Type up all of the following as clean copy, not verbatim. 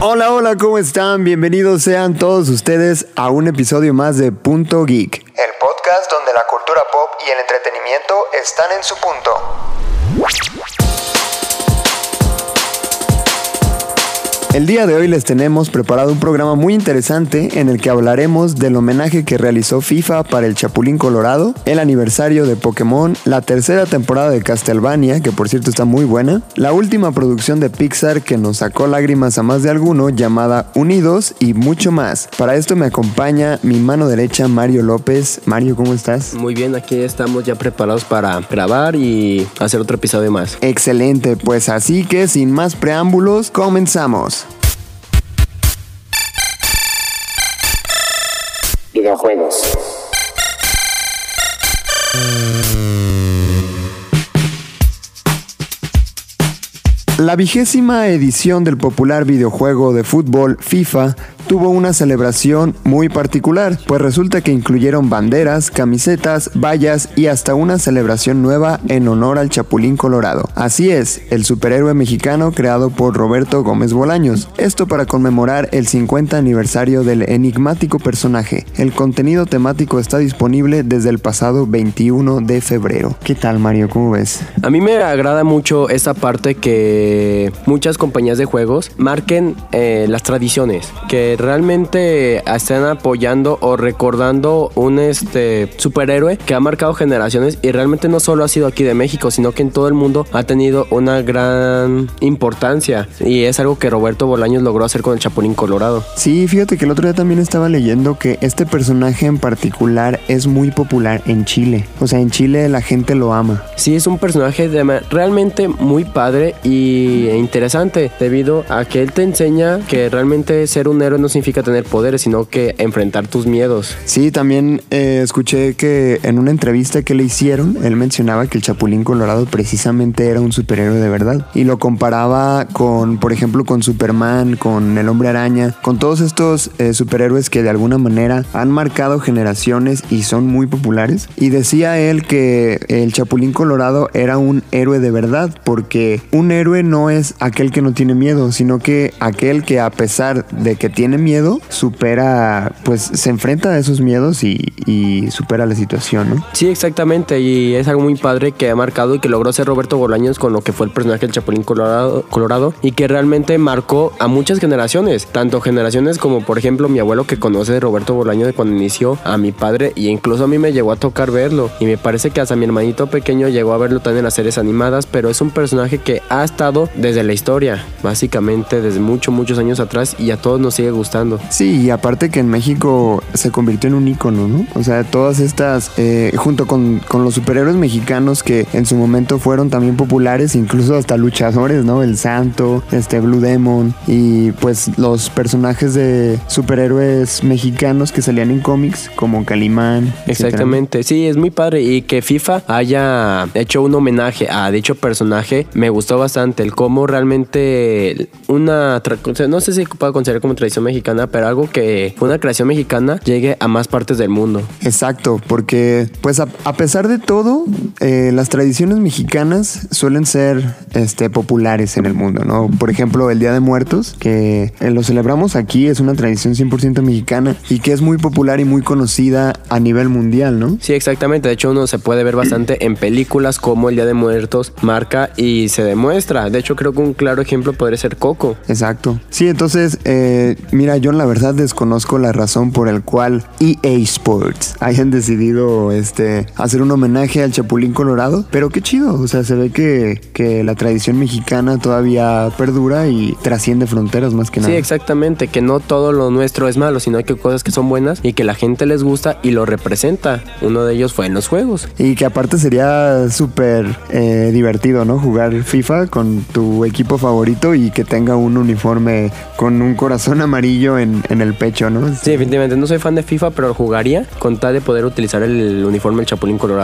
Hola, hola, ¿cómo están? Bienvenidos sean todos ustedes a un episodio más de Punto Geek, el podcast donde la cultura pop y el entretenimiento están en su punto. El día de hoy les tenemos preparado un programa muy interesante en el que hablaremos del homenaje que realizó FIFA para el Chapulín Colorado, el aniversario de Pokémon, la tercera temporada de Castlevania, que por cierto está muy buena, la última producción de Pixar que nos sacó lágrimas a más de alguno llamada Unidos y mucho más. Para esto me acompaña mi mano derecha Mario López. Mario, ¿cómo estás? Muy bien, aquí estamos ya preparados para grabar y hacer otro episodio más. Excelente, pues así que sin más preámbulos, comenzamos. Videojuegos. La 20ª edición del popular videojuego de fútbol FIFA tuvo una celebración muy particular, pues resulta que incluyeron banderas, camisetas, vallas y hasta una celebración nueva en honor al Chapulín Colorado. Así es, el superhéroe mexicano creado por Roberto Gómez Bolaños. Esto para conmemorar el 50 aniversario del enigmático personaje. El contenido temático está disponible desde el pasado 21 de febrero. ¿Qué tal, Mario? ¿Cómo ves? A mí me agrada mucho esta parte que muchas compañías de juegos marquen las tradiciones, que realmente estén apoyando o recordando un superhéroe que ha marcado generaciones y realmente no solo ha sido aquí de México, sino que en todo el mundo ha tenido una gran importancia y es algo que Roberto Bolaños logró hacer con el Chapulín Colorado. Sí, fíjate que el otro día también estaba leyendo que este personaje en particular es muy popular en Chile. O sea, en Chile la gente lo ama. Sí, es un personaje realmente muy padre e interesante, debido a que él te enseña que realmente ser un héroe no significa tener poderes, sino que enfrentar tus miedos. Sí, también escuché que en una entrevista que le hicieron, él mencionaba que el Chapulín Colorado precisamente era un superhéroe de verdad y lo comparaba con, por ejemplo, con Superman, con el Hombre Araña, con todos estos superhéroes que de alguna manera han marcado generaciones y son muy populares. Y decía él que el Chapulín Colorado era un héroe de verdad, porque un héroe no es aquel que no tiene miedo, sino que aquel que a pesar de que tiene miedo, supera, pues se enfrenta a esos miedos y supera la situación, ¿no? Sí, exactamente, y es algo muy padre que ha marcado y que logró ser Roberto Bolaños con lo que fue el personaje del Chapulín Colorado y que realmente marcó a muchas generaciones, tanto generaciones como por ejemplo mi abuelo, que conoce de Roberto Bolaños de cuando inició, a mi padre, y incluso a mí me llegó a tocar verlo, y me parece que hasta mi hermanito pequeño llegó a verlo también en las series animadas, pero es un personaje que ha estado desde la historia, básicamente desde muchos años atrás, y a todos nos sigue gustando. Sí, y aparte que en México se convirtió en un ícono, ¿no? O sea, todas estas, junto con los superhéroes mexicanos que en su momento fueron también populares, incluso hasta luchadores, ¿no? El Santo, Blue Demon, y pues los personajes de superhéroes mexicanos que salían en cómics, como Calimán. Exactamente, etcétera. Sí, es muy padre, y que FIFA haya hecho un homenaje a dicho personaje, me gustó bastante, el cómo realmente no sé si puedo considerar como tradición mexicana, pero algo que fue una creación mexicana llegue a más partes del mundo. Exacto, porque pues a pesar de todo, las tradiciones mexicanas suelen ser populares en el mundo, ¿no? Por ejemplo, el Día de Muertos, que lo celebramos aquí, es una tradición 100% mexicana y que es muy popular y muy conocida a nivel mundial, ¿no? Sí, exactamente, de hecho uno se puede ver bastante en películas como el Día de Muertos marca y se demuestra. De hecho, creo que un claro ejemplo podría ser Coco. Exacto. Sí, entonces, mira, yo la verdad desconozco la razón por el cual EA Sports hayan decidido hacer un homenaje al Chapulín Colorado, pero qué chido, o sea, se ve que la tradición mexicana todavía perdura y trasciende fronteras más que nada. Sí, exactamente, que no todo lo nuestro es malo, sino que hay cosas que son buenas y que la gente les gusta y lo representa. Uno de ellos fue en los juegos. Y que aparte sería súper divertido, ¿no? Jugar FIFA con tu equipo favorito y que tenga un uniforme con un corazón amarillo en el pecho, ¿no? Sí, definitivamente. No soy fan de FIFA, pero lo jugaría con tal de poder utilizar el uniforme del Chapulín Colorado.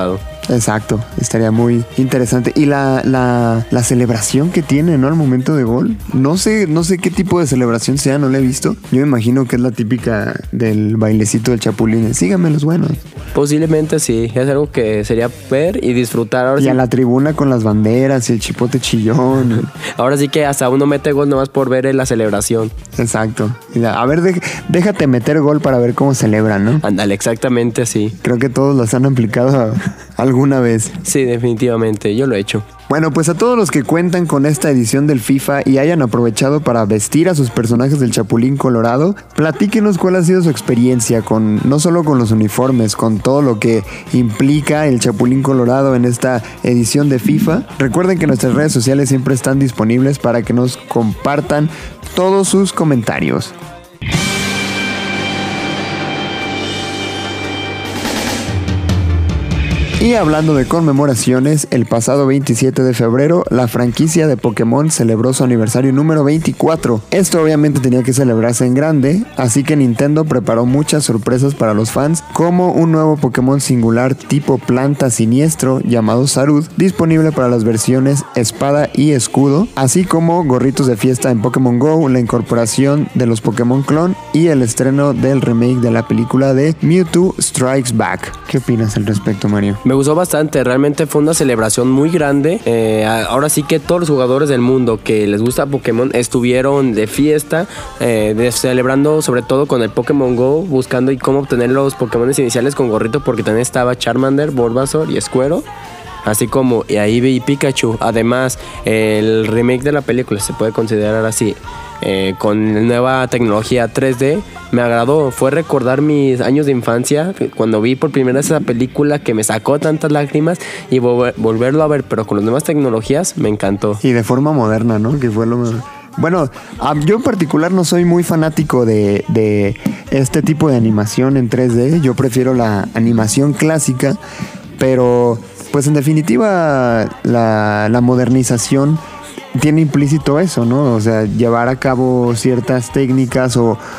Exacto, estaría muy interesante. Y la celebración que tiene, ¿no? Al momento de gol. No sé qué tipo de celebración sea, no la he visto. Yo me imagino que es la típica del bailecito del Chapulín. Síganme los buenos. Posiblemente sí, es algo que sería ver y disfrutar. Ahora y sí, a la tribuna con las banderas y el chipote chillón. ahora sí que hasta uno mete gol nomás por ver la celebración. Exacto. A ver, déjate meter gol para ver cómo celebran, ¿no? Ándale, exactamente así. Creo que todos los han aplicado alguna vez. Sí, definitivamente, yo lo he hecho. Bueno, pues a todos los que cuentan con esta edición del FIFA y hayan aprovechado para vestir a sus personajes del Chapulín Colorado, platíquenos cuál ha sido su experiencia no solo con los uniformes, con todo lo que implica el Chapulín Colorado en esta edición de FIFA. Recuerden que nuestras redes sociales siempre están disponibles para que nos compartan todos sus comentarios. Y hablando de conmemoraciones, el pasado 27 de febrero, la franquicia de Pokémon celebró su aniversario número 24. Esto obviamente tenía que celebrarse en grande, así que Nintendo preparó muchas sorpresas para los fans, como un nuevo Pokémon singular tipo planta siniestro llamado Sarud, disponible para las versiones Espada y Escudo, así como gorritos de fiesta en Pokémon GO, la incorporación de los Pokémon Clon y el estreno del remake de la película de Mewtwo Strikes Back. ¿Qué opinas al respecto, Mario? Me gustó bastante, realmente fue una celebración muy grande. Ahora sí que todos los jugadores del mundo que les gusta Pokémon estuvieron de fiesta, celebrando sobre todo con el Pokémon GO, buscando y cómo obtener los Pokémon iniciales con gorrito, porque también estaba Charmander, Bulbasaur y Squirtle, así como y ahí vi Pikachu. Además, el remake de la película se puede considerar así. Con nueva tecnología 3D me agradó, fue recordar mis años de infancia cuando vi por primera vez esa película que me sacó tantas lágrimas y volverlo a ver, pero con las nuevas tecnologías me encantó. Y de forma moderna, ¿no? Que fue lo mejor. Bueno, yo en particular no soy muy fanático de este tipo de animación en 3D, yo prefiero la animación clásica, pero pues en definitiva la modernización tiene implícito eso, ¿no? O sea, llevar a cabo ciertas técnicas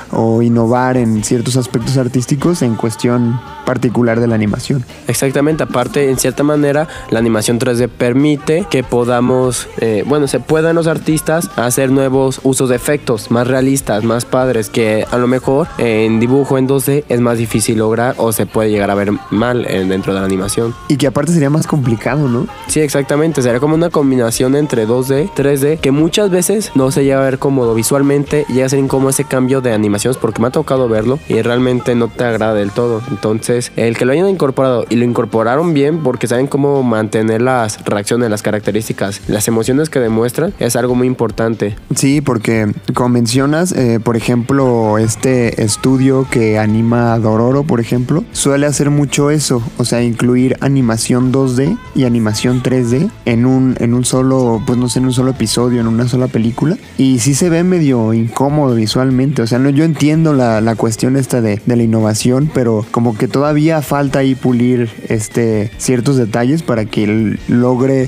o innovar en ciertos aspectos artísticos en cuestión particular de la animación. Exactamente, aparte, en cierta manera, la animación 3D permite que podamos, se puedan los artistas hacer nuevos usos de efectos más realistas, más padres, que a lo mejor en dibujo en 2D es más difícil lograr o se puede llegar a ver mal dentro de la animación. Y que aparte sería más complicado, ¿no? Sí, exactamente, sería como una combinación entre 2D, 3D, que muchas veces no se llega a ver cómodo visualmente, llega a ser incómodo ese cambio de animaciones porque me ha tocado verlo y realmente no te agrada del todo. Entonces, el que lo hayan incorporado y lo incorporaron bien porque saben cómo mantener las reacciones, las características, las emociones que demuestran, es algo muy importante. Sí, porque como mencionas, por ejemplo, este estudio que anima a Dororo, por ejemplo, suele hacer mucho eso, o sea, incluir animación 2D y animación 3D en un solo, pues no sé, en un solo episodio, en una sola película, y sí se ve medio incómodo visualmente. O sea, no, yo entiendo la cuestión esta de la innovación, pero como que todavía falta ahí pulir ciertos detalles para que él logre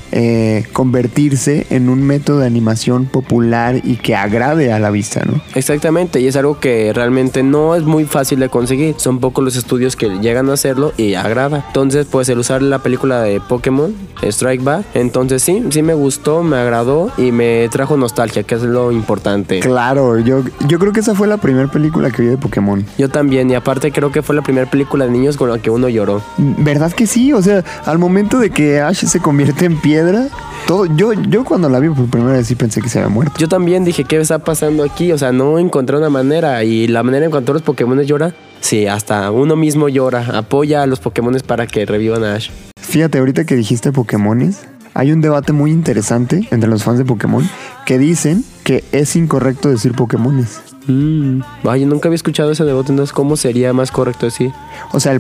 convertirse en un método de animación popular y que agrade a la vista, ¿no? Exactamente, y es algo que realmente no es muy fácil de conseguir. Son pocos los estudios que llegan a hacerlo y agrada. Entonces, pues el usar la película de Pokémon Strike Back, entonces sí me gustó, me agradó y me trajo nostalgia, que es lo importante. Claro, yo creo que esa fue la primera película que vi de Pokémon. Yo también, y aparte creo que fue la primera película de niños con la que uno lloró. ¿Verdad que sí? O sea, al momento de que Ash se convierte en piedra, todo, yo cuando la vi por primera vez sí pensé que se había muerto. Yo también dije, ¿qué está pasando aquí? O sea, no encontré una manera, y la manera en cuanto los Pokémon lloran, sí, hasta uno mismo llora, apoya a los Pokémon para que revivan a Ash. Fíjate, ahorita que dijiste Pokémones, hay un debate muy interesante entre los fans de Pokémon que dicen que es incorrecto decir Pokémones. Vaya, nunca había escuchado ese debate, entonces ¿cómo sería más correcto decir? O sea, el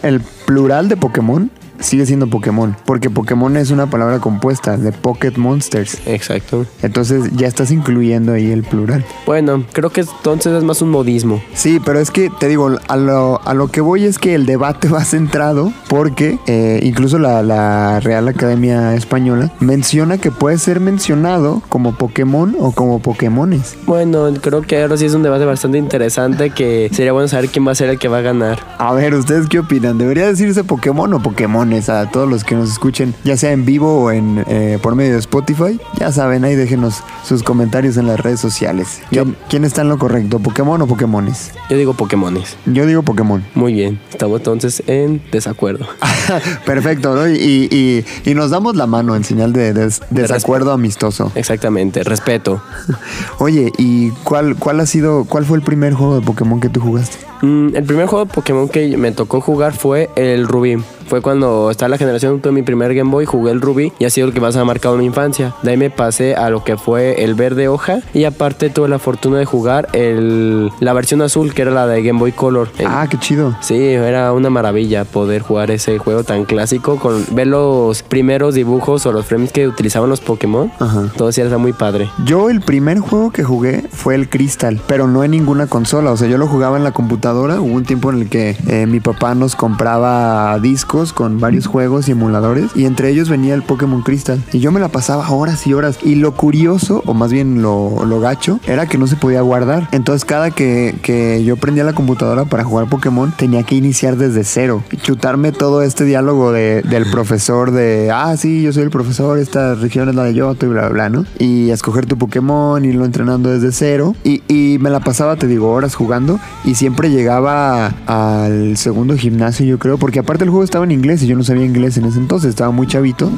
plural de Pokémon sigue siendo Pokémon, porque Pokémon es una palabra compuesta de Pocket Monsters. Exacto. Entonces ya estás incluyendo ahí el plural. Bueno, creo que entonces es más un modismo. Sí, pero es que te digo, a lo que voy es que el debate va centrado porque incluso la Real Academia Española menciona que puede ser mencionado como Pokémon o como Pokémones. Bueno, creo que ahora sí es un debate bastante interesante, que sería bueno saber quién va a ser el que va a ganar. A ver, ¿ustedes qué opinan? ¿Debería decirse Pokémon o Pokémones? Pokémones. A todos los que nos escuchen, ya sea en vivo o por medio de Spotify, ya saben, ahí déjenos sus comentarios en las redes sociales. ¿Quién está en lo correcto? ¿Pokémon o Pokémones? Yo digo Pokémones. Yo digo Pokémon. Muy bien, estamos entonces en desacuerdo. Perfecto, ¿no? Y nos damos la mano en señal de desacuerdo amistoso. Exactamente, respeto. Oye, ¿y cuál fue el primer juego de Pokémon que tú jugaste? El primer juego de Pokémon que me tocó jugar fue el Rubí. Fue cuando estaba la generación, tuve mi primer Game Boy, jugué el Rubí y ha sido el que más ha marcado mi infancia. De ahí me pasé a lo que fue el Verde Hoja y aparte tuve la fortuna de jugar la versión azul, que era la de Game Boy Color. Qué chido. Sí, era una maravilla poder jugar ese juego tan clásico, ver los primeros dibujos o los frames que utilizaban los Pokémon. Ajá. Todo sí era muy padre. Yo el primer juego que jugué fue el Crystal, pero no en ninguna consola. O sea, yo lo jugaba en la computadora. Hubo un tiempo en el que mi papá nos compraba discos con varios juegos y emuladores, y entre ellos venía el Pokémon Crystal, y yo me la pasaba horas y horas, y lo curioso, o más bien lo gacho, era que no se podía guardar. Entonces cada que yo prendía la computadora para jugar Pokémon, tenía que iniciar desde cero, chutarme todo este diálogo del profesor sí, yo soy el profesor, esta región es la de Yoto y bla, bla, bla, ¿no? Y escoger tu Pokémon, irlo entrenando desde cero, y me la pasaba, te digo, horas jugando, y siempre llegaba al segundo gimnasio, yo creo, porque aparte el juego estaba en inglés y yo no sabía inglés en ese entonces, estaba muy chavito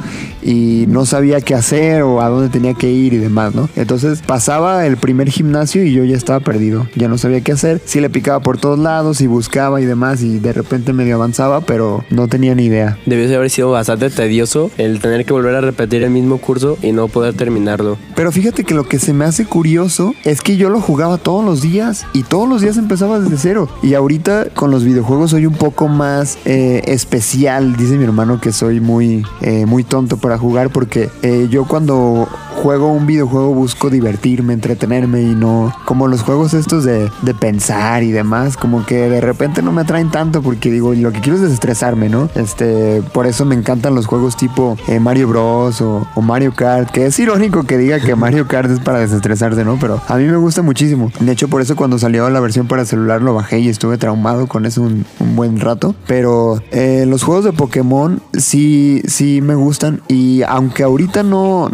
y no sabía qué hacer o a dónde tenía que ir y demás, ¿no? Entonces pasaba el primer gimnasio y yo ya estaba perdido, ya no sabía qué hacer, sí le picaba por todos lados y buscaba y demás, y de repente medio avanzaba, pero no tenía ni idea. Debió de haber sido bastante tedioso el tener que volver a repetir el mismo curso y no poder terminarlo. Pero fíjate que lo que se me hace curioso es que yo lo jugaba todos los días y todos los días empezaba desde cero, y ahorita con los videojuegos soy un poco más especial. Dice mi hermano que soy muy tonto para jugar, porque yo cuando juego un videojuego busco divertirme, entretenerme, y no como los juegos estos de pensar y demás, como que de repente no me atraen tanto, porque digo, lo que quiero es desestresarme, ¿no? Por eso me encantan los juegos tipo Mario Bros o Mario Kart, que es irónico que diga que Mario Kart es para desestresarse, ¿no? Pero a mí me gusta muchísimo. De hecho, por eso cuando salió la versión para celular lo bajé y estuve traumado con eso un buen rato. Pero los juegos de Pokémon sí me gustan, y aunque ahorita no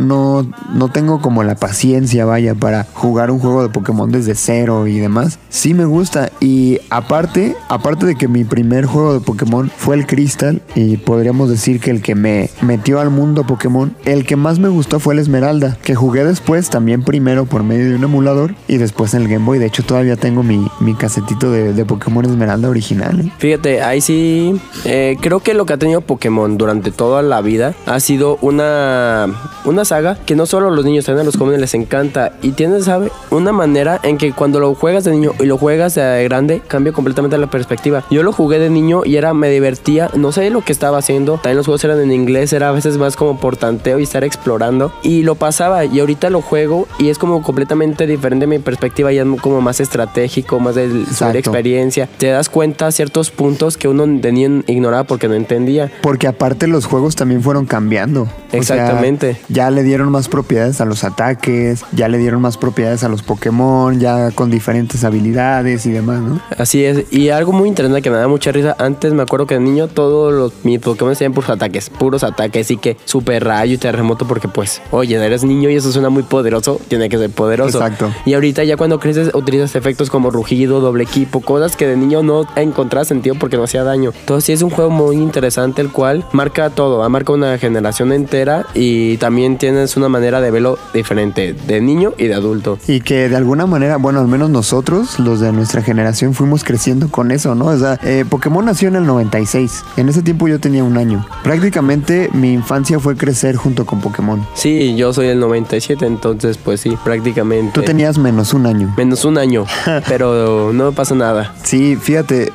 tengo como la paciencia, vaya, para jugar un juego de Pokémon desde cero y demás, sí me gusta. Y aparte de que mi primer juego de Pokémon fue el Crystal, y podríamos decir que el que me metió al mundo Pokémon, el que más me gustó fue el Esmeralda, que jugué después también primero por medio de un emulador y después en el Game Boy. De hecho todavía tengo mi casetito de Pokémon Esmeralda original. Fíjate, ahí sí creo que lo que ha tenido Pokémon durante toda la vida ha sido una saga que no solo a los niños, también a los jóvenes les encanta, y tiene, ¿sabe? Una manera en que cuando lo juegas de niño y lo juegas de grande, cambia completamente la perspectiva. Yo lo jugué de niño y me divertía, no sé lo que estaba haciendo, también los juegos eran en inglés, era a veces más como por tanteo y estar explorando, y lo pasaba, y ahorita lo juego y es como completamente diferente mi perspectiva, ya es como más estratégico, más de sobre experiencia, te das cuenta ciertos puntos que uno de niño ignoraba porque no entendía. Porque aparte los juegos también fueron cambiando. Exactamente. O sea, ya le dieron más propiedades a los ataques, ya le dieron más propiedades a los Pokémon, ya con diferentes habilidades y demás, ¿no? Así es. Y algo muy interesante que me da mucha risa, antes me acuerdo que de niño todos mis Pokémon tenían puros ataques, y que super rayo y terremoto, porque pues, oye, eres niño y eso suena muy poderoso, tiene que ser poderoso. Exacto. Y ahorita ya cuando creces utilizas efectos como rugido, doble equipo, cosas que de niño no encontraba sentido porque no hacía daño. Entonces sí es un juego muy interesante, el cual marca todo, marca una generación entera, y también tienes una manera de verlo diferente de niño y de adulto. Y que de alguna manera, bueno, al menos nosotros, los de nuestra generación, fuimos creciendo con eso, ¿no? O sea, Pokémon nació en el 96. En ese tiempo yo tenía 1 año. Prácticamente mi infancia fue crecer junto con Pokémon. Sí, yo soy el 97, entonces pues sí, prácticamente. Tú tenías menos 1 año. Menos 1 año, pero no pasa nada. Sí, fíjate,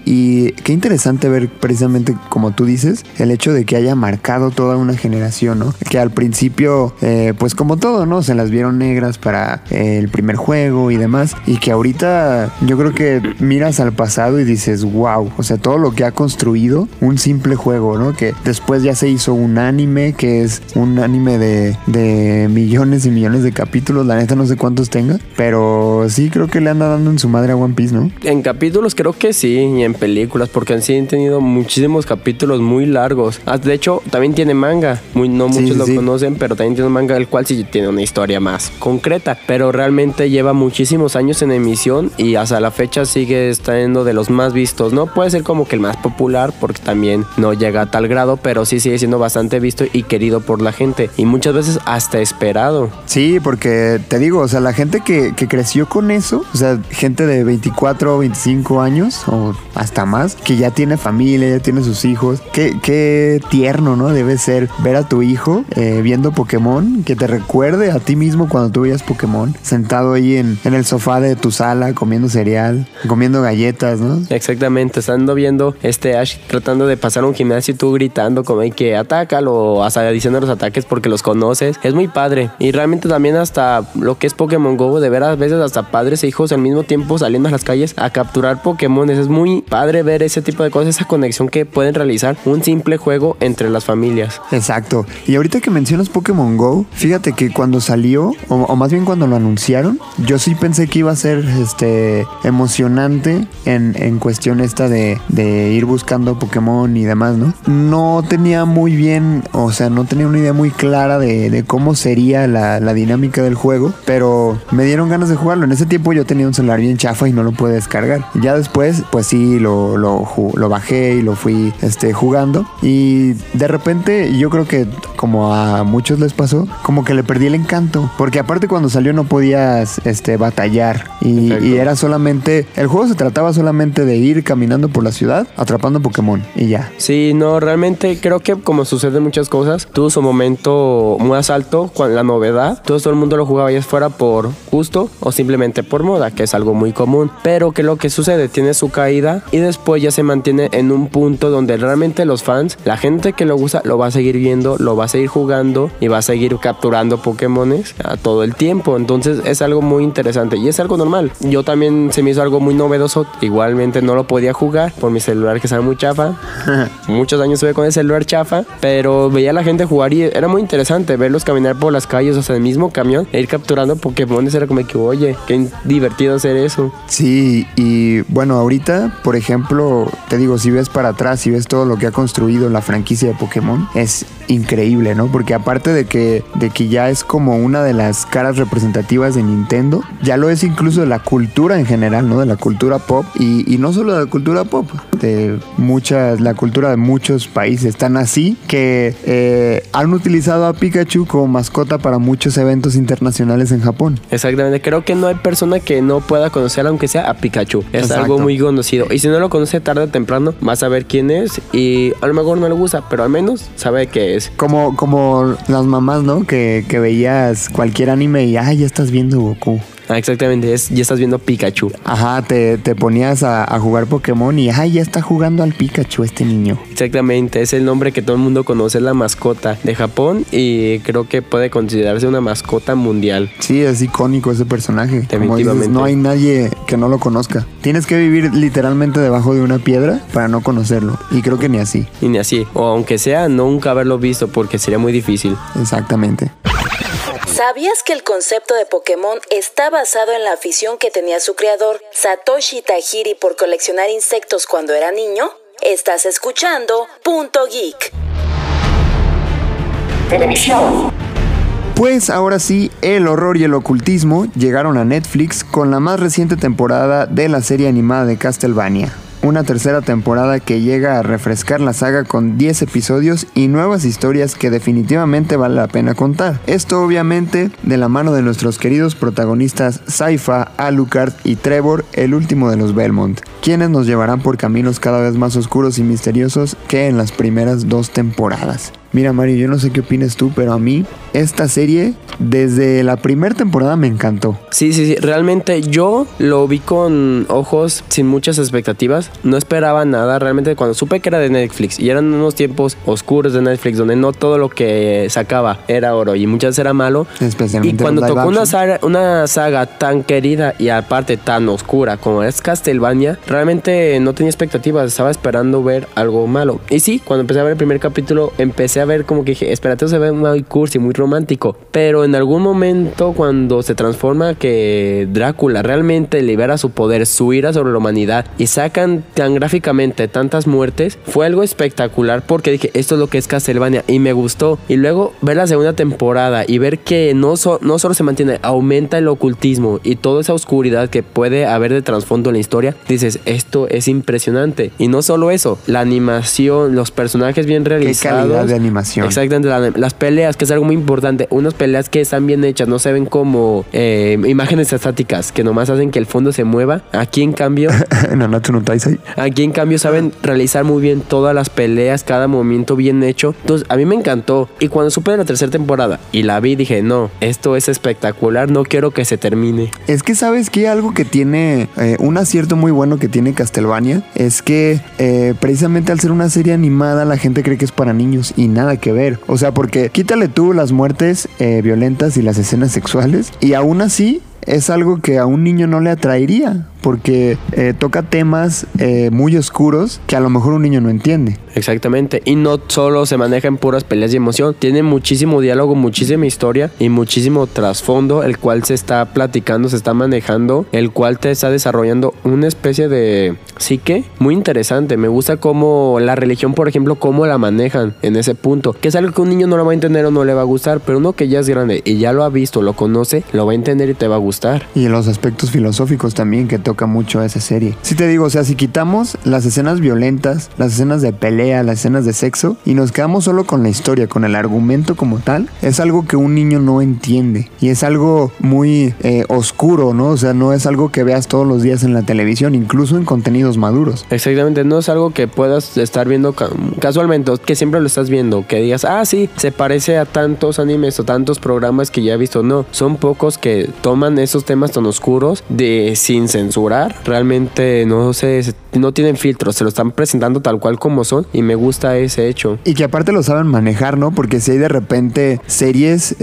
y qué interesante ver precisamente, como tú dices, el hecho de que haya marcado toda una generación, ¿no? Que al principio pues como todo, ¿no? Se las vieron negras para el primer juego y demás, y que ahorita yo creo que miras al pasado y dices, wow, o sea, todo lo que ha construido un simple juego, ¿no? Que después ya se hizo un anime, que es un anime de millones y millones de capítulos, la neta no sé cuántos tenga, pero sí creo que le anda dando en su madre a One Piece, ¿no? En capítulos creo que sí, y en películas, porque sí han tenido muchísimos capítulos muy largos. De hecho, también tiene manga, no muchos lo conocen, pero también tiene un manga el cual sí tiene una historia más concreta, pero realmente lleva muchísimos años en emisión y hasta la fecha sigue estando de los más vistos. No puede ser como que el más popular, porque también no llega a tal grado, pero sí sigue siendo bastante visto y querido por la gente, y muchas veces hasta esperado. Sí, porque te digo, o sea, la gente que creció con eso, o sea, gente de 24 o 25 años o hasta más, que ya tiene familia, ya tiene sus hijos, qué tierno, ¿no? Debe ser ver a tu hijo viendo Pokémon, que te recuerde a ti mismo cuando tú veías Pokémon, sentado ahí en el sofá de tu sala, comiendo cereal, comiendo galletas, ¿no? Exactamente, estando viendo Ash tratando de pasar a un gimnasio y tú gritando como que atácalo, hasta diciendo los ataques porque los conoces. Es muy padre. Y realmente también hasta lo que es Pokémon Go, de ver a veces hasta padres e hijos al mismo tiempo saliendo a las calles a capturar Pokémon. Es muy padre ver ese tipo de cosas, esa conexión que pueden realizar un simple juego entre las familias. Exacto. Y ahorita que mencionas Pokémon Go, fíjate que cuando salió, o más bien cuando lo anunciaron, yo sí pensé que iba a ser emocionante en cuestión esta de ir buscando Pokémon y demás, ¿no? No tenía muy bien, o sea, no tenía una idea muy clara de cómo sería la dinámica del juego, pero me dieron ganas de jugarlo. En ese tiempo yo tenía un celular bien chafa y no lo pude descargar. Ya después, pues sí, lo bajé y lo fui jugando, y de repente yo creo que como a muchos les pasó, como que le perdí el encanto, porque aparte cuando salió no podías batallar y era solamente, el juego se trataba solamente de ir caminando por la ciudad atrapando Pokémon y ya. Sí, no, realmente creo que como sucede muchas cosas, tuvo su momento muy alto con la novedad. Todo el mundo lo jugaba ya fuera por gusto o simplemente por moda, que es algo muy común, pero que lo que sucede tiene su caída y después ya se mantiene en un punto donde realmente los fans, la gente que lo usa, lo va a seguir viendo, lo va a seguir jugando y va a seguir capturando Pokémones a todo el tiempo. Entonces es algo muy interesante y es algo normal. Yo también se me hizo algo muy novedoso, igualmente no lo podía jugar por mi celular que estaba muy chafa. Muchos años estuve con el celular chafa, pero veía a la gente jugar y era muy interesante verlos caminar por las calles, o sea, el mismo camión, e ir capturando Pokémon. Era como que, oye, qué divertido hacer eso. Sí, y bueno, ahorita, por ejemplo, te digo, si ves para atrás, si ves todo lo que ha construido la franquicia de Pokémon, es increíble, ¿no? Porque aparte de que ya es como una de las caras representativas de Nintendo, ya lo es incluso de la cultura en general, ¿no? De la cultura pop, y no solo de la cultura pop, la cultura de muchos países, tan así que han utilizado a Pikachu como mascota para muchos eventos internacionales en Japón. Exactamente, creo que no hay persona que no pueda conocer, aunque sea a Pikachu. Es Exacto. Algo muy conocido, y si no lo conoce tarde o temprano, va a saber quién es, y a lo mejor no le gusta, pero al menos sabe qué es. Como las mamás, ¿no? Que veías cualquier anime y ya estás viendo Goku. Exactamente, ya estás viendo Pikachu. Ajá, te ponías a jugar Pokémon y ya está jugando al Pikachu este niño. Exactamente, es el nombre que todo el mundo conoce, es la mascota de Japón y creo que puede considerarse una mascota mundial. Sí, es icónico ese personaje. Definitivamente. Como dices, no hay nadie que no lo conozca. Tienes que vivir literalmente debajo de una piedra para no conocerlo, y creo que ni así. Y ni así, o aunque sea, nunca haberlo visto porque sería muy difícil. Exactamente. ¿Sabías que el concepto de Pokémon está basado en la afición que tenía su creador, Satoshi Tajiri, por coleccionar insectos cuando era niño? Estás escuchando Punto Geek. Televisión. Pues ahora sí, el horror y el ocultismo llegaron a Netflix con la más reciente temporada de la serie animada de Castlevania. Una tercera temporada que llega a refrescar la saga con 10 episodios y nuevas historias que definitivamente vale la pena contar. Esto obviamente de la mano de nuestros queridos protagonistas Sypha, Alucard y Trevor, el último de los Belmont, quienes nos llevarán por caminos cada vez más oscuros y misteriosos que en las primeras 2 temporadas. Mira, Mario, yo no sé qué opinas tú, pero a mí esta serie desde la primera temporada me encantó. Sí, realmente yo lo vi con ojos sin muchas expectativas, no esperaba nada, realmente cuando supe que era de Netflix y eran unos tiempos oscuros de Netflix donde no todo lo que sacaba era oro y muchas veces era malo, especialmente y cuando tocó una saga tan querida y aparte tan oscura como es Castlevania, realmente no tenía expectativas, estaba esperando ver algo malo. Y sí, cuando empecé a ver el primer capítulo, empecé a ver como que dije, espérate, se ve muy cursi, muy romántico, pero en algún momento cuando se transforma que Drácula realmente libera su poder, su ira sobre la humanidad y sacan tan gráficamente tantas muertes, fue algo espectacular porque dije, esto es lo que es Castlevania y me gustó. Y luego ver la segunda temporada y ver que no solo se mantiene, aumenta el ocultismo y toda esa oscuridad que puede haber de trasfondo en la historia, dices, esto es impresionante. Y no solo eso, la animación, los personajes bien realizados. Qué calidad de animación. Exactamente, las peleas, que es algo muy importante, unas peleas que están bien hechas, no se ven como imágenes estáticas que nomás hacen que el fondo se mueva. Aquí en cambio aquí en cambio saben realizar muy bien todas las peleas, cada movimiento bien hecho. Entonces a mí me encantó, y cuando supe de la tercera temporada y la vi dije, no, esto es espectacular, no quiero que se termine. Es que sabes que algo que tiene un acierto muy bueno que tiene Castlevania es que precisamente al ser una serie animada la gente cree que es para niños y nada que ver. O sea, porque quítale tú las muertes violentas y las escenas sexuales y aún así es algo que a un niño no le atraería, porque toca temas muy oscuros que a lo mejor un niño no entiende. Exactamente, y no solo se maneja en puras peleas y emoción, tiene muchísimo diálogo, muchísima historia y muchísimo trasfondo, el cual se está platicando, se está manejando, el cual te está desarrollando una especie de psique muy interesante. Me gusta cómo la religión, por ejemplo, cómo la manejan en ese punto, que es algo que un niño no lo va a entender o no le va a gustar, pero uno que ya es grande y ya lo ha visto, lo conoce, lo va a entender y te va a gustar. Y los aspectos filosóficos también que toca mucho esa serie. Sí te digo, o sea, si quitamos las escenas violentas, las escenas de pelea, las escenas de sexo y nos quedamos solo con la historia, con el argumento como tal, es algo que un niño no entiende y es algo muy oscuro, ¿no? O sea, no es algo que veas todos los días en la televisión, incluso en contenidos maduros. Exactamente, no es algo que puedas estar viendo casualmente, que siempre lo estás viendo, que digas, ah, sí, se parece a tantos animes o tantos programas que ya he visto. No, son pocos que toman esos temas tan oscuros sin censurar, realmente no tienen filtros, se lo están presentando tal cual como son y me gusta ese hecho. Y que aparte lo saben manejar, ¿no? Porque si hay de repente series,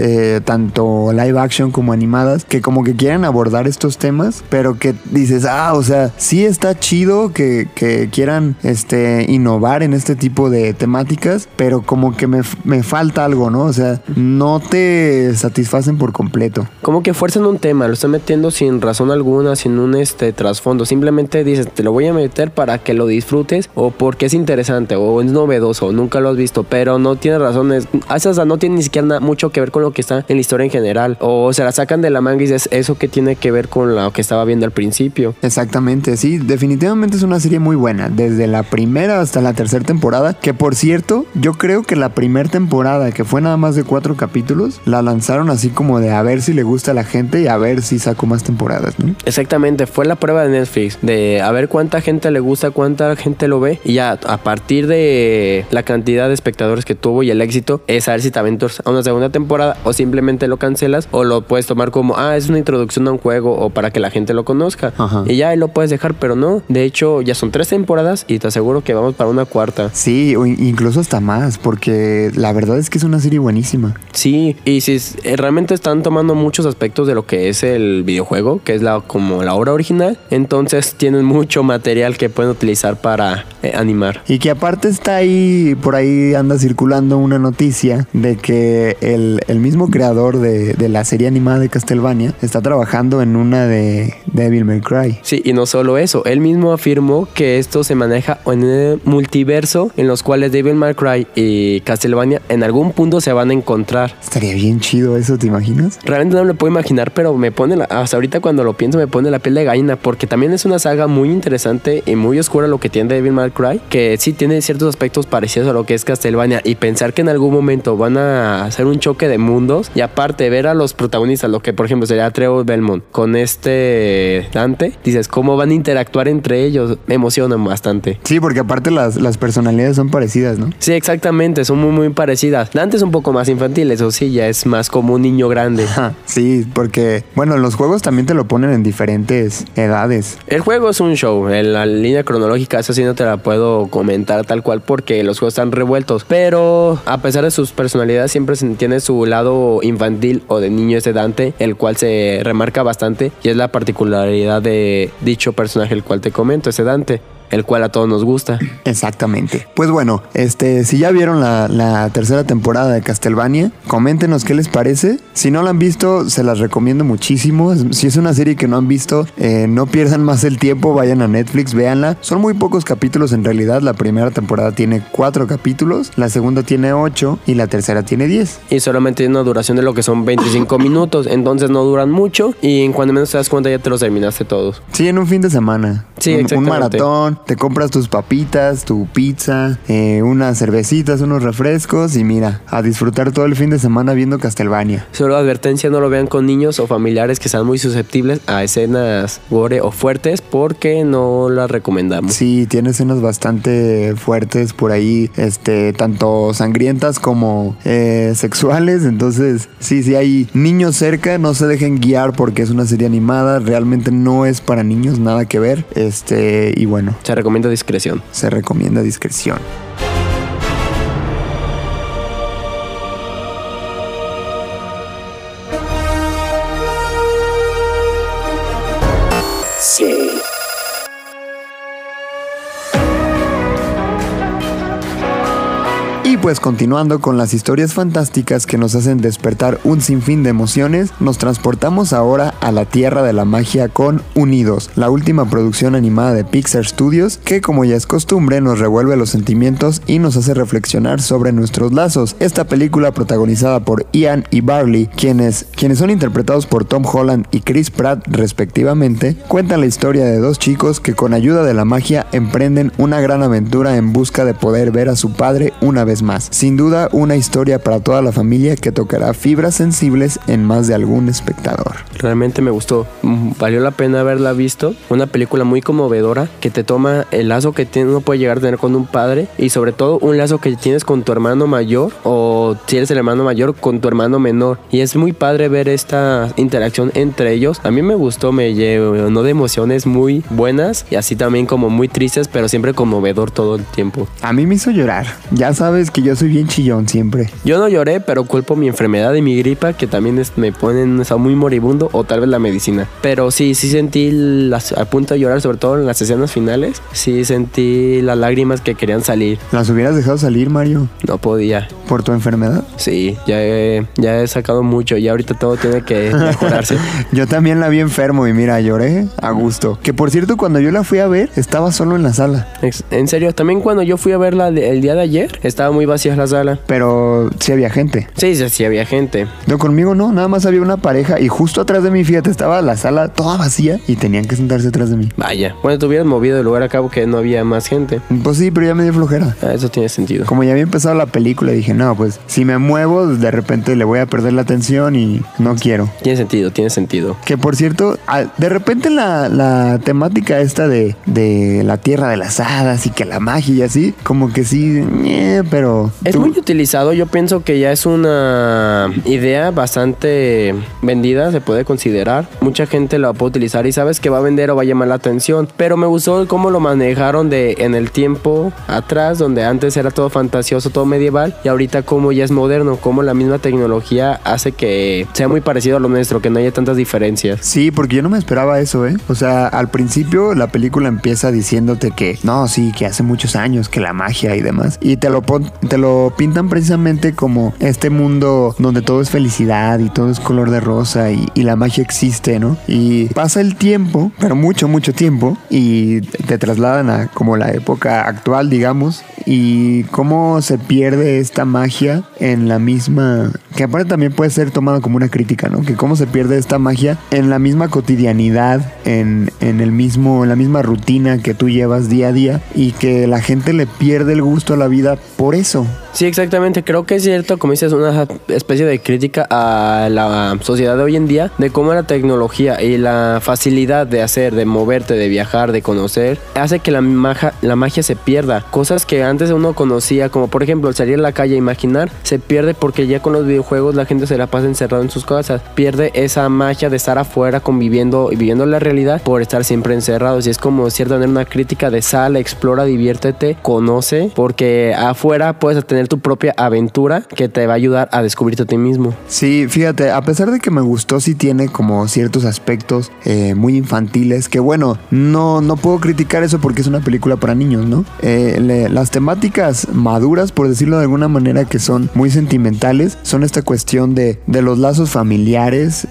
tanto live action como animadas, que como que quieren abordar estos temas, pero que dices, o sea, sí está chido que quieran innovar en este tipo de temáticas, pero como que me falta algo, ¿no? O sea, no te satisfacen por completo. Como que fuerzan un tema, lo están metiendo sin razón alguna, sin un trasfondo. Simplemente dices, te lo voy a meter para que lo disfrutes o porque es interesante o es novedoso, nunca lo has visto, pero no tiene razones. Hasta no tiene ni siquiera mucho que ver con lo que está en la historia en general. O se la sacan de la manga y dices, ¿eso qué tiene que ver con lo que estaba viendo al principio? Exactamente, sí, definitivamente es una serie muy buena, desde la primera hasta la tercera temporada, que por cierto, yo creo que la primera temporada, que fue nada más de 4 capítulos, la lanzaron así como de a ver si le gusta a la gente y a ver si saco más temporadas, ¿no? Exactamente, fue la prueba de Netflix, de a ver cuánta gente le gusta, cuánta gente lo ve, y ya a partir de la cantidad de espectadores que tuvo y el éxito, es a ver si te aventuras a una segunda temporada o simplemente lo cancelas o lo puedes tomar como, es una introducción a un juego o para que la gente lo conozca. Ajá. Y ya ahí lo puedes dejar, pero no, de hecho ya son 3 temporadas y te aseguro que vamos para una 4ª. Sí, o incluso hasta más, porque la verdad es que es una serie buenísima. Sí, y si realmente están tomando muchos aspectos de lo que es el videojuego, que es como la obra original, entonces tienen mucho material que pueden utilizar para animar. Y que aparte está ahí, por ahí anda circulando una noticia de que el mismo creador de la serie animada de Castlevania está trabajando en una de Devil May Cry. Sí, y no solo eso, él mismo afirmó que esto se maneja en un multiverso en los cuales Devil May Cry y Castlevania en algún punto se van a encontrar. Estaría bien chido eso, ¿te imaginas? Realmente no me lo puedo imaginar, pero me hasta ahorita cuando lo pienso me pone la piel de gallina, porque también es una saga muy interesante y muy oscura lo que tiene Devil May Cry, que sí tiene ciertos aspectos parecidos a lo que es Castlevania, y pensar que en algún momento van a hacer un choque de mundos, y aparte ver a los protagonistas, lo que por ejemplo sería Trevor Belmont con Dante, dices, ¿cómo van a interactuar entre ellos? Me emocionan bastante. Sí, porque aparte las personalidades son parecidas, ¿no? Sí, exactamente, son muy parecidas. Dante es un poco más infantil, eso sí, ya es más como un niño grande. Sí, porque, bueno, los juegos también te lo ponen en diferentes edades. El juego es un show, en la línea cronológica esa sí no te la puedo comentar tal cual porque los juegos están revueltos, pero a pesar de sus personalidades siempre tiene su lado infantil o de niño Dante, el cual se remarca bastante y es la particularidad de dicho personaje el cual te comento, ese Dante, el cual a todos nos gusta. Exactamente. Pues bueno, si ya vieron la tercera temporada de Castlevania, coméntenos qué les parece. Si no la han visto, se las recomiendo muchísimo. Si es una serie que no han visto, no pierdan más el tiempo, vayan a Netflix, véanla. Son muy pocos capítulos en realidad. La primera temporada tiene 4 capítulos, la segunda tiene 8 y la tercera tiene 10. Y solamente tiene una duración de lo que son 25 minutos, entonces no duran mucho y en cuando menos te das cuenta ya te los terminaste todos. Sí, en un fin de semana. Sí, un maratón. Te compras tus papitas, tu pizza, unas cervecitas, unos refrescos y mira, a disfrutar todo el fin de semana viendo Castlevania. Solo advertencia, no lo vean con niños o familiares que sean muy susceptibles a escenas gore o fuertes porque no las recomendamos. Sí, tiene escenas bastante fuertes por ahí, tanto sangrientas como sexuales, entonces sí hay niños cerca, no se dejen guiar porque es una serie animada, realmente no es para niños, nada que ver, y bueno. Se recomienda discreción. Se recomienda discreción. Sí. Y pues continuando con las historias fantásticas que nos hacen despertar un sinfín de emociones, nos transportamos ahora a la tierra de la magia con Unidos, la última producción animada de Pixar Studios que, como ya es costumbre, nos revuelve los sentimientos y nos hace reflexionar sobre nuestros lazos. Esta película, protagonizada por Ian y Barley, quienes son interpretados por Tom Holland y Chris Pratt respectivamente, cuenta la historia de dos chicos que con ayuda de la magia emprenden una gran aventura en busca de poder ver a su padre una vez más. Sin duda, una historia para toda la familia que tocará fibras sensibles en más de algún espectador. Realmente me gustó, valió la pena haberla visto. Una película muy conmovedora que te toma el lazo que uno puede llegar a tener con un padre y sobre todo un lazo que tienes con tu hermano mayor o si eres el hermano mayor con tu hermano menor, y es muy padre ver esta interacción entre ellos. A mí me gustó, me llenó de emociones muy buenas y así también como muy tristes, pero siempre conmovedor todo el tiempo. A mí me hizo llorar, ya sabes que yo soy bien chillón siempre. Yo no lloré, pero culpo mi enfermedad y mi gripa que también me ponen en un estado muy moribundo o tal vez la medicina. Pero sí sentí a punto de llorar, sobre todo en las escenas finales. Sí sentí las lágrimas que querían salir. ¿Las hubieras dejado salir, Mario? No podía. ¿Por tu enfermedad? Sí, ya he sacado mucho y ahorita todo tiene que mejorarse. Yo también la vi enfermo y mira, lloré a gusto. Que por cierto, cuando yo la fui a ver, estaba solo en la sala. En serio, también cuando yo fui a verla el día de ayer, estaba muy vacía la sala. Pero sí había gente. Sí había gente. No, conmigo no, nada más había una pareja y justo atrás de mí, fíjate, estaba la sala toda vacía y tenían que sentarse atrás de mí. Vaya, bueno, te hubieras movido del lugar a cabo que no había más gente. Pues sí, pero ya me dio flojera. Eso tiene sentido. Como ya había empezado la película, dije, no, pues si me muevo, de repente le voy a perder la atención y no quiero. Tiene sentido. Que por cierto, de repente la temática esta de la tierra de las hadas y que la magia y así, como que sí, pero... Es muy utilizado, yo pienso que ya es una idea bastante vendida, se puede considerar. Mucha gente la puede utilizar y sabes que va a vender o va a llamar la atención, pero me gustó cómo lo manejaron en el tiempo atrás, donde antes era todo fantasioso, todo medieval, y ahorita como ya es moderno, como la misma tecnología hace que sea muy parecido a lo nuestro, que no haya tantas diferencias. Sí, porque yo no me esperaba eso, O sea, al principio la película empieza diciéndote que no, sí, que hace muchos años, que la magia y demás, y te lo pintan precisamente como este mundo donde todo es felicidad y todo es color de rosa y la magia existe, ¿no? Y pasa el tiempo, pero mucho tiempo, y te trasladan a como la época actual, digamos, y cómo se pierde esta magia en la misma que aparte también puede ser tomado como una crítica, ¿no? Que cómo se pierde esta magia en la misma cotidianidad, en la misma rutina que tú llevas día a día, y que la gente le pierde el gusto a la vida por eso. Sí, exactamente. Creo que es cierto, como dices, una especie de crítica a la sociedad de hoy en día, de cómo la tecnología y la facilidad de hacer, de moverte, de viajar, de conocer, hace que la magia se pierda. Cosas que antes uno conocía, como por ejemplo salir a la calle a imaginar, se pierde porque ya con los videojuegos la gente se la pasa encerrada en sus casas. Pierde esa magia de estar afuera conviviendo y viviendo la realidad por estar siempre encerrados. Y es como cierta manera una crítica de sal, explora, diviértete, conoce, porque afuera puedes tener tu propia aventura que te va a ayudar a descubrirte a ti mismo. Sí, fíjate, a pesar de que me gustó, sí tiene como ciertos aspectos muy infantiles, que bueno, no puedo criticar eso porque es una película para niños, ¿no? Las temáticas maduras, por decirlo de alguna manera, que son muy sentimentales, son esta cuestión de los lazos familiares,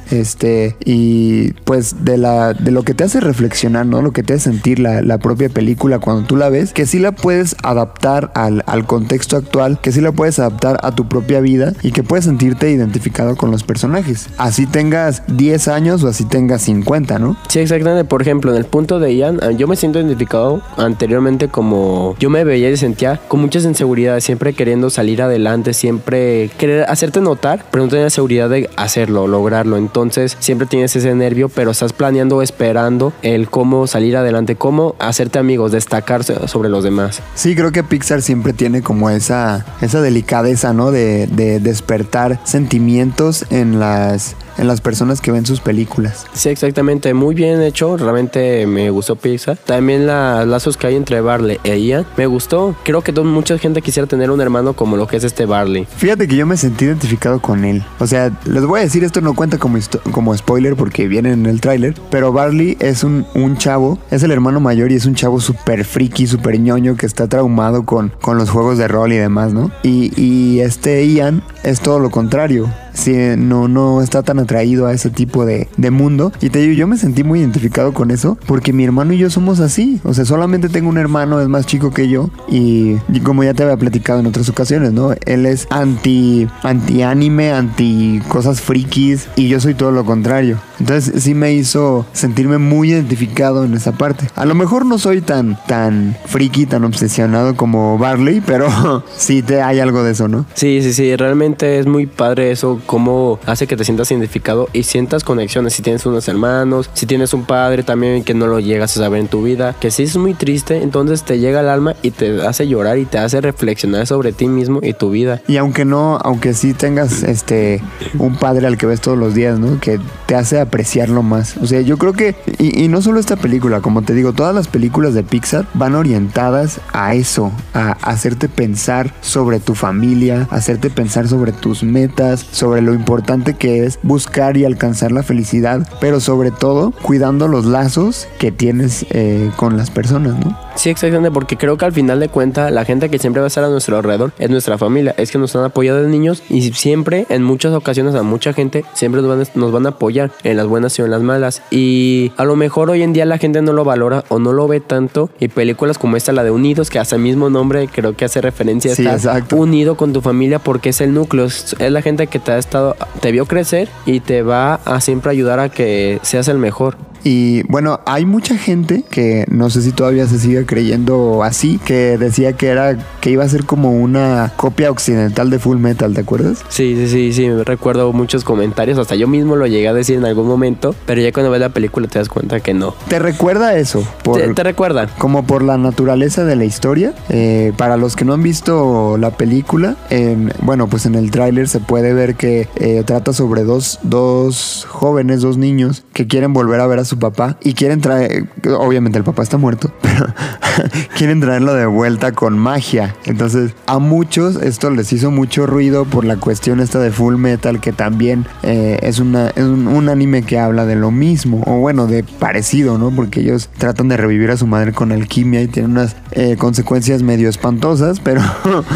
y pues de lo que te hace reflexionar, ¿no? Lo que te hace sentir la propia película cuando tú la ves, que sí la puedes adaptar al contexto actual, que sí la puedes adaptar a tu propia vida y que puedes sentirte identificado con los personajes. Así tengas 10 años o así tengas 50, ¿no? Sí, exactamente. Por ejemplo, en el punto de Ian, yo me siento identificado anteriormente como yo me veía y sentía con muchas inseguridades, siempre queriendo salir adelante, siempre querer hacerte notar, pero no tener seguridad de hacerlo, lograrlo. Entonces siempre tienes ese nervio, pero estás planeando, esperando el cómo salir adelante, cómo hacerte amigos, destacarse sobre los demás. Sí, creo que Pixar siempre tiene como esa delicadeza, ¿no? De despertar sentimientos en las personas que ven sus películas. Sí, exactamente, muy bien hecho, realmente me gustó Pixar. También los lazos que hay entre Barley e Ian, me gustó. Creo que mucha gente quisiera tener un hermano como lo que es Barley. Fíjate que yo me sentí identificado con él. O sea, les voy a decir, esto no cuenta como spoiler porque viene en el tráiler, pero Barley es un chavo, es el hermano mayor y es un chavo súper friki, súper ñoño que está traumado con los juegos de rol y demás, ¿no? Y Ian es todo lo contrario. Sí, no está tan atraído a ese tipo de mundo. Y te digo, yo me sentí muy identificado con eso porque mi hermano y yo somos así. O sea, solamente tengo un hermano, es más chico que yo. Y como ya te había platicado en otras ocasiones, ¿no? Él es anti anime, anti cosas frikis, y yo soy todo lo contrario. Entonces sí me hizo sentirme muy identificado en esa parte. A lo mejor no soy tan friki, tan obsesionado como Barley, pero sí hay algo de eso, ¿no? Sí, realmente es muy padre eso, cómo hace que te sientas identificado y sientas conexiones. Si tienes unos hermanos, si tienes un padre también que no lo llegas a saber en tu vida, que sí es muy triste, entonces te llega al alma y te hace llorar y te hace reflexionar sobre ti mismo y tu vida. Y aunque sí tengas un padre al que ves todos los días, ¿no? Que te hace apreciarlo más. O sea, yo creo que, y no solo esta película, como te digo, todas las películas de Pixar van orientadas a eso, a hacerte pensar sobre tu familia, hacerte pensar sobre tus metas, sobre lo importante que es buscar y alcanzar la felicidad, pero sobre todo cuidando los lazos que tienes con las personas, ¿no? Sí, exactamente, porque creo que al final de cuentas la gente que siempre va a estar a nuestro alrededor es nuestra familia, es que nos han apoyado de niños y siempre, en muchas ocasiones, a mucha gente siempre nos van a apoyar en las buenas y en las malas, y a lo mejor hoy en día la gente no lo valora o no lo ve tanto, y películas como esta, la de Unidos, que hasta el mismo nombre creo que hace referencia a sí, estar exacto, unido con tu familia, porque es el núcleo, es la gente que te vio crecer y te va a siempre ayudar a que seas el mejor. Y bueno, hay mucha gente que no sé si todavía se sigue creyendo así, que decía que iba a ser como una copia occidental de Full Metal, ¿te acuerdas? Sí, me recuerdo muchos comentarios, hasta yo mismo lo llegué a decir en algún momento, pero ya cuando ves la película te das cuenta que no. ¿Te recuerda eso? ¿Te recuerda? Como por la naturaleza de la historia. Para los que no han visto la película, bueno, pues en el tráiler se puede ver que trata sobre dos jóvenes, dos niños que quieren volver a ver a su papá y quieren traer, obviamente el papá está muerto, pero quieren traerlo de vuelta con magia. Entonces a muchos esto les hizo mucho ruido por la cuestión esta de Full Metal, que también es un anime que habla de lo mismo, o bueno, de parecido, ¿no? Porque ellos tratan de revivir a su madre con alquimia y tienen unas consecuencias medio espantosas, pero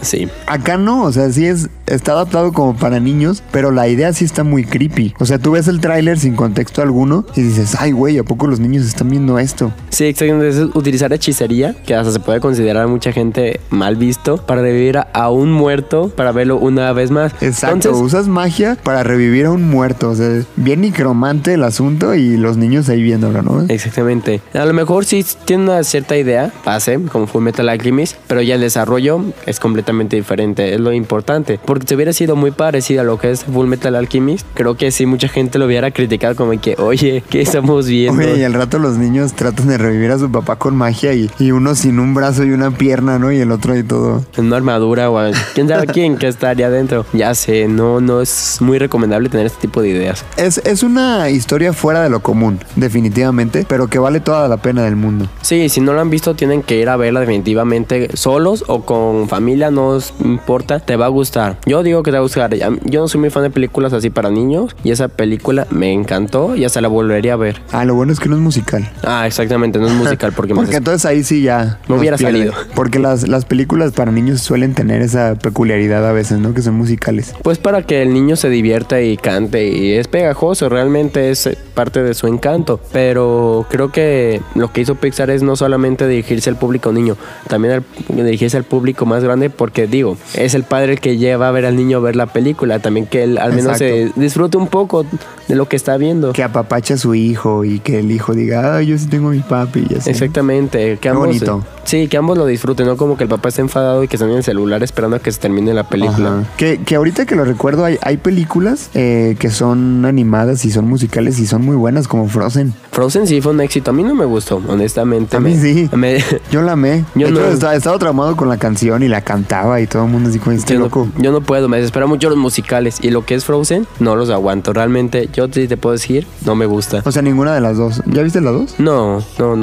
Sí. Acá no, o sea, sí está adaptado como para niños, pero la idea sí está muy creepy. O sea, tú ves el tráiler sin contexto alguno y dices, ay, güey, ¿a poco los niños están viendo esto? Sí, exactamente. Es utilizar hechicería, que hasta se puede considerar a mucha gente mal visto, para revivir a un muerto, para verlo una vez más. Exacto, Entonces, usas magia para revivir a un muerto. O sea, bien necromante el asunto y los niños ahí viéndolo, ¿no? exactamente. A lo mejor sí tiene una cierta idea, base, como Fullmetal Alchemist, pero ya el desarrollo es completamente diferente. Es lo importante. Porque si hubiera sido muy parecido a lo que es Fullmetal Alchemist, creo que sí mucha gente lo hubiera criticado como que, oye, ¿qué estamos viendo? Oye, y al rato los niños tratan de revivir a su papá con magia y uno sin un brazo y una pierna, ¿no? Y el otro ahí todo. En una armadura o quién sabe quién que estaría adentro. Ya sé, no es muy recomendable tener este tipo de ideas. Es una historia fuera de lo común, definitivamente, pero que vale toda la pena del mundo. Sí, si no lo han visto tienen que ir a verla definitivamente solos o con familia, no os importa, te va a gustar. Yo digo que te va a gustar. Yo no soy muy fan de películas así para niños y esa película me encantó y hasta la volvería a ver. Ah, lo bueno es que no es musical. Ah, exactamente, no es musical porque entonces ahí sí ya no hubiera salido. Porque las películas para niños suelen tener esa peculiaridad a veces, ¿no? Que son musicales. Pues para que el niño se divierta y cante y es pegajoso, realmente es parte de su encanto. Pero creo que lo que hizo Pixar es no solamente dirigirse al público niño, también dirigirse al público más grande, porque digo, es el padre el que lleva a ver al niño a ver la película, también que él al menos se disfrute un poco de lo que está viendo. Que apapache a su hijo y que el hijo diga, ay, yo sí tengo a mi papi y así. Exactamente, que ambos, bonito. Sí, que ambos lo disfruten, no como que el papá esté enfadado y que estén en el celular esperando a que se termine la película. Que ahorita que lo recuerdo hay películas que son animadas y son musicales y son muy buenas, como Frozen. Frozen sí fue un éxito, a mí no me gustó, honestamente. A mí sí, yo la amé. Yo de hecho, estaba traumado con la canción y la cantaba y todo el mundo así como este loco. Yo no puedo, me desespera mucho los musicales y lo que es Frozen no los aguanto, realmente yo sí te puedo decir, no me gusta. O sea, ninguna de las dos. ¿Ya viste las dos? No.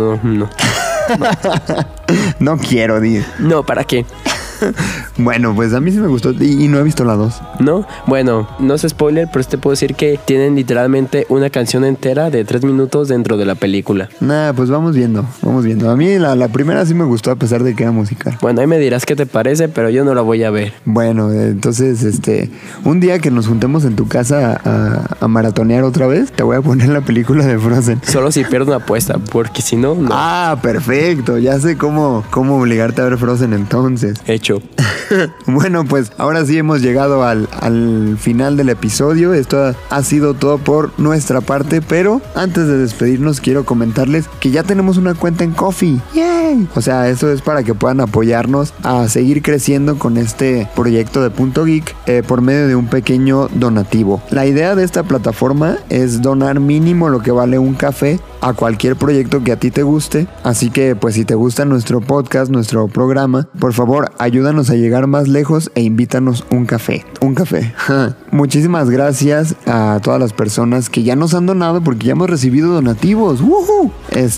No quiero, Di. No, ¿para qué? Bueno, pues a mí sí me gustó y no he visto la 2. ¿No? Bueno, no es spoiler, pero te puedo decir que tienen literalmente una canción entera de 3 minutos dentro de la película. Nah, pues vamos viendo. A mí la primera sí me gustó a pesar de que era musical. Bueno, ahí me dirás qué te parece, pero yo no la voy a ver. Bueno, entonces, un día que nos juntemos en tu casa a maratonear otra vez, te voy a poner la película de Frozen. Solo si pierdo una apuesta, porque si no, no. Ah, perfecto. Ya sé cómo obligarte a ver Frozen entonces. Hecho. Bueno, pues ahora sí hemos llegado al final del episodio. Esto ha sido todo por nuestra parte, pero antes de despedirnos quiero comentarles que ya tenemos una cuenta en Ko-fi. ¡Yay! O sea, esto es para que puedan apoyarnos a seguir creciendo con este proyecto de Punto Geek por medio de un pequeño donativo. La idea de esta plataforma es donar mínimo lo que vale un café a cualquier proyecto que a ti te guste. Así que pues si te gusta nuestro podcast, nuestro programa, por favor ayúdanos a llegar más lejos e invítanos un café. Muchísimas gracias a todas las personas que ya nos han donado, porque ya hemos recibido donativos. ¡Woohoo!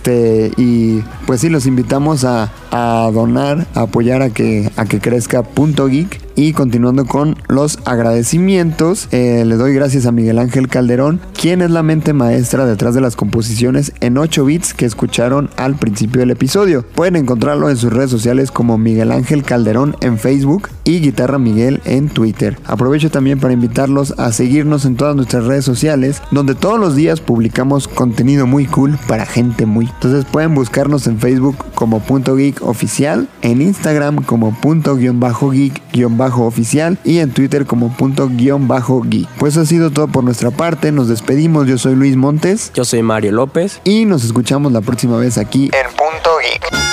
Y pues sí, los invitamos a donar, a apoyar a que crezca Punto Geek. Y continuando con los agradecimientos, le doy gracias a Miguel Ángel Calderón, quien es la mente maestra detrás de las composiciones en 8 bits que escucharon al principio del episodio. Pueden encontrarlo en sus redes sociales como Miguel Ángel Calderón en Facebook y Guitarra Miguel en Twitter. Aprovecho también para invitarlos a seguirnos en todas nuestras redes sociales, donde todos los días publicamos contenido muy cool para gente muy. Entonces pueden buscarnos en Facebook como Punto Geek Oficial, en Instagram como Punto_Geek_Oficial y en Twitter como Punto_Geek. Pues ha sido todo por nuestra parte, nos despedimos. Yo soy Luis Montes. Yo soy Mario López. Y nos escuchamos la próxima vez aquí en Punto Geek.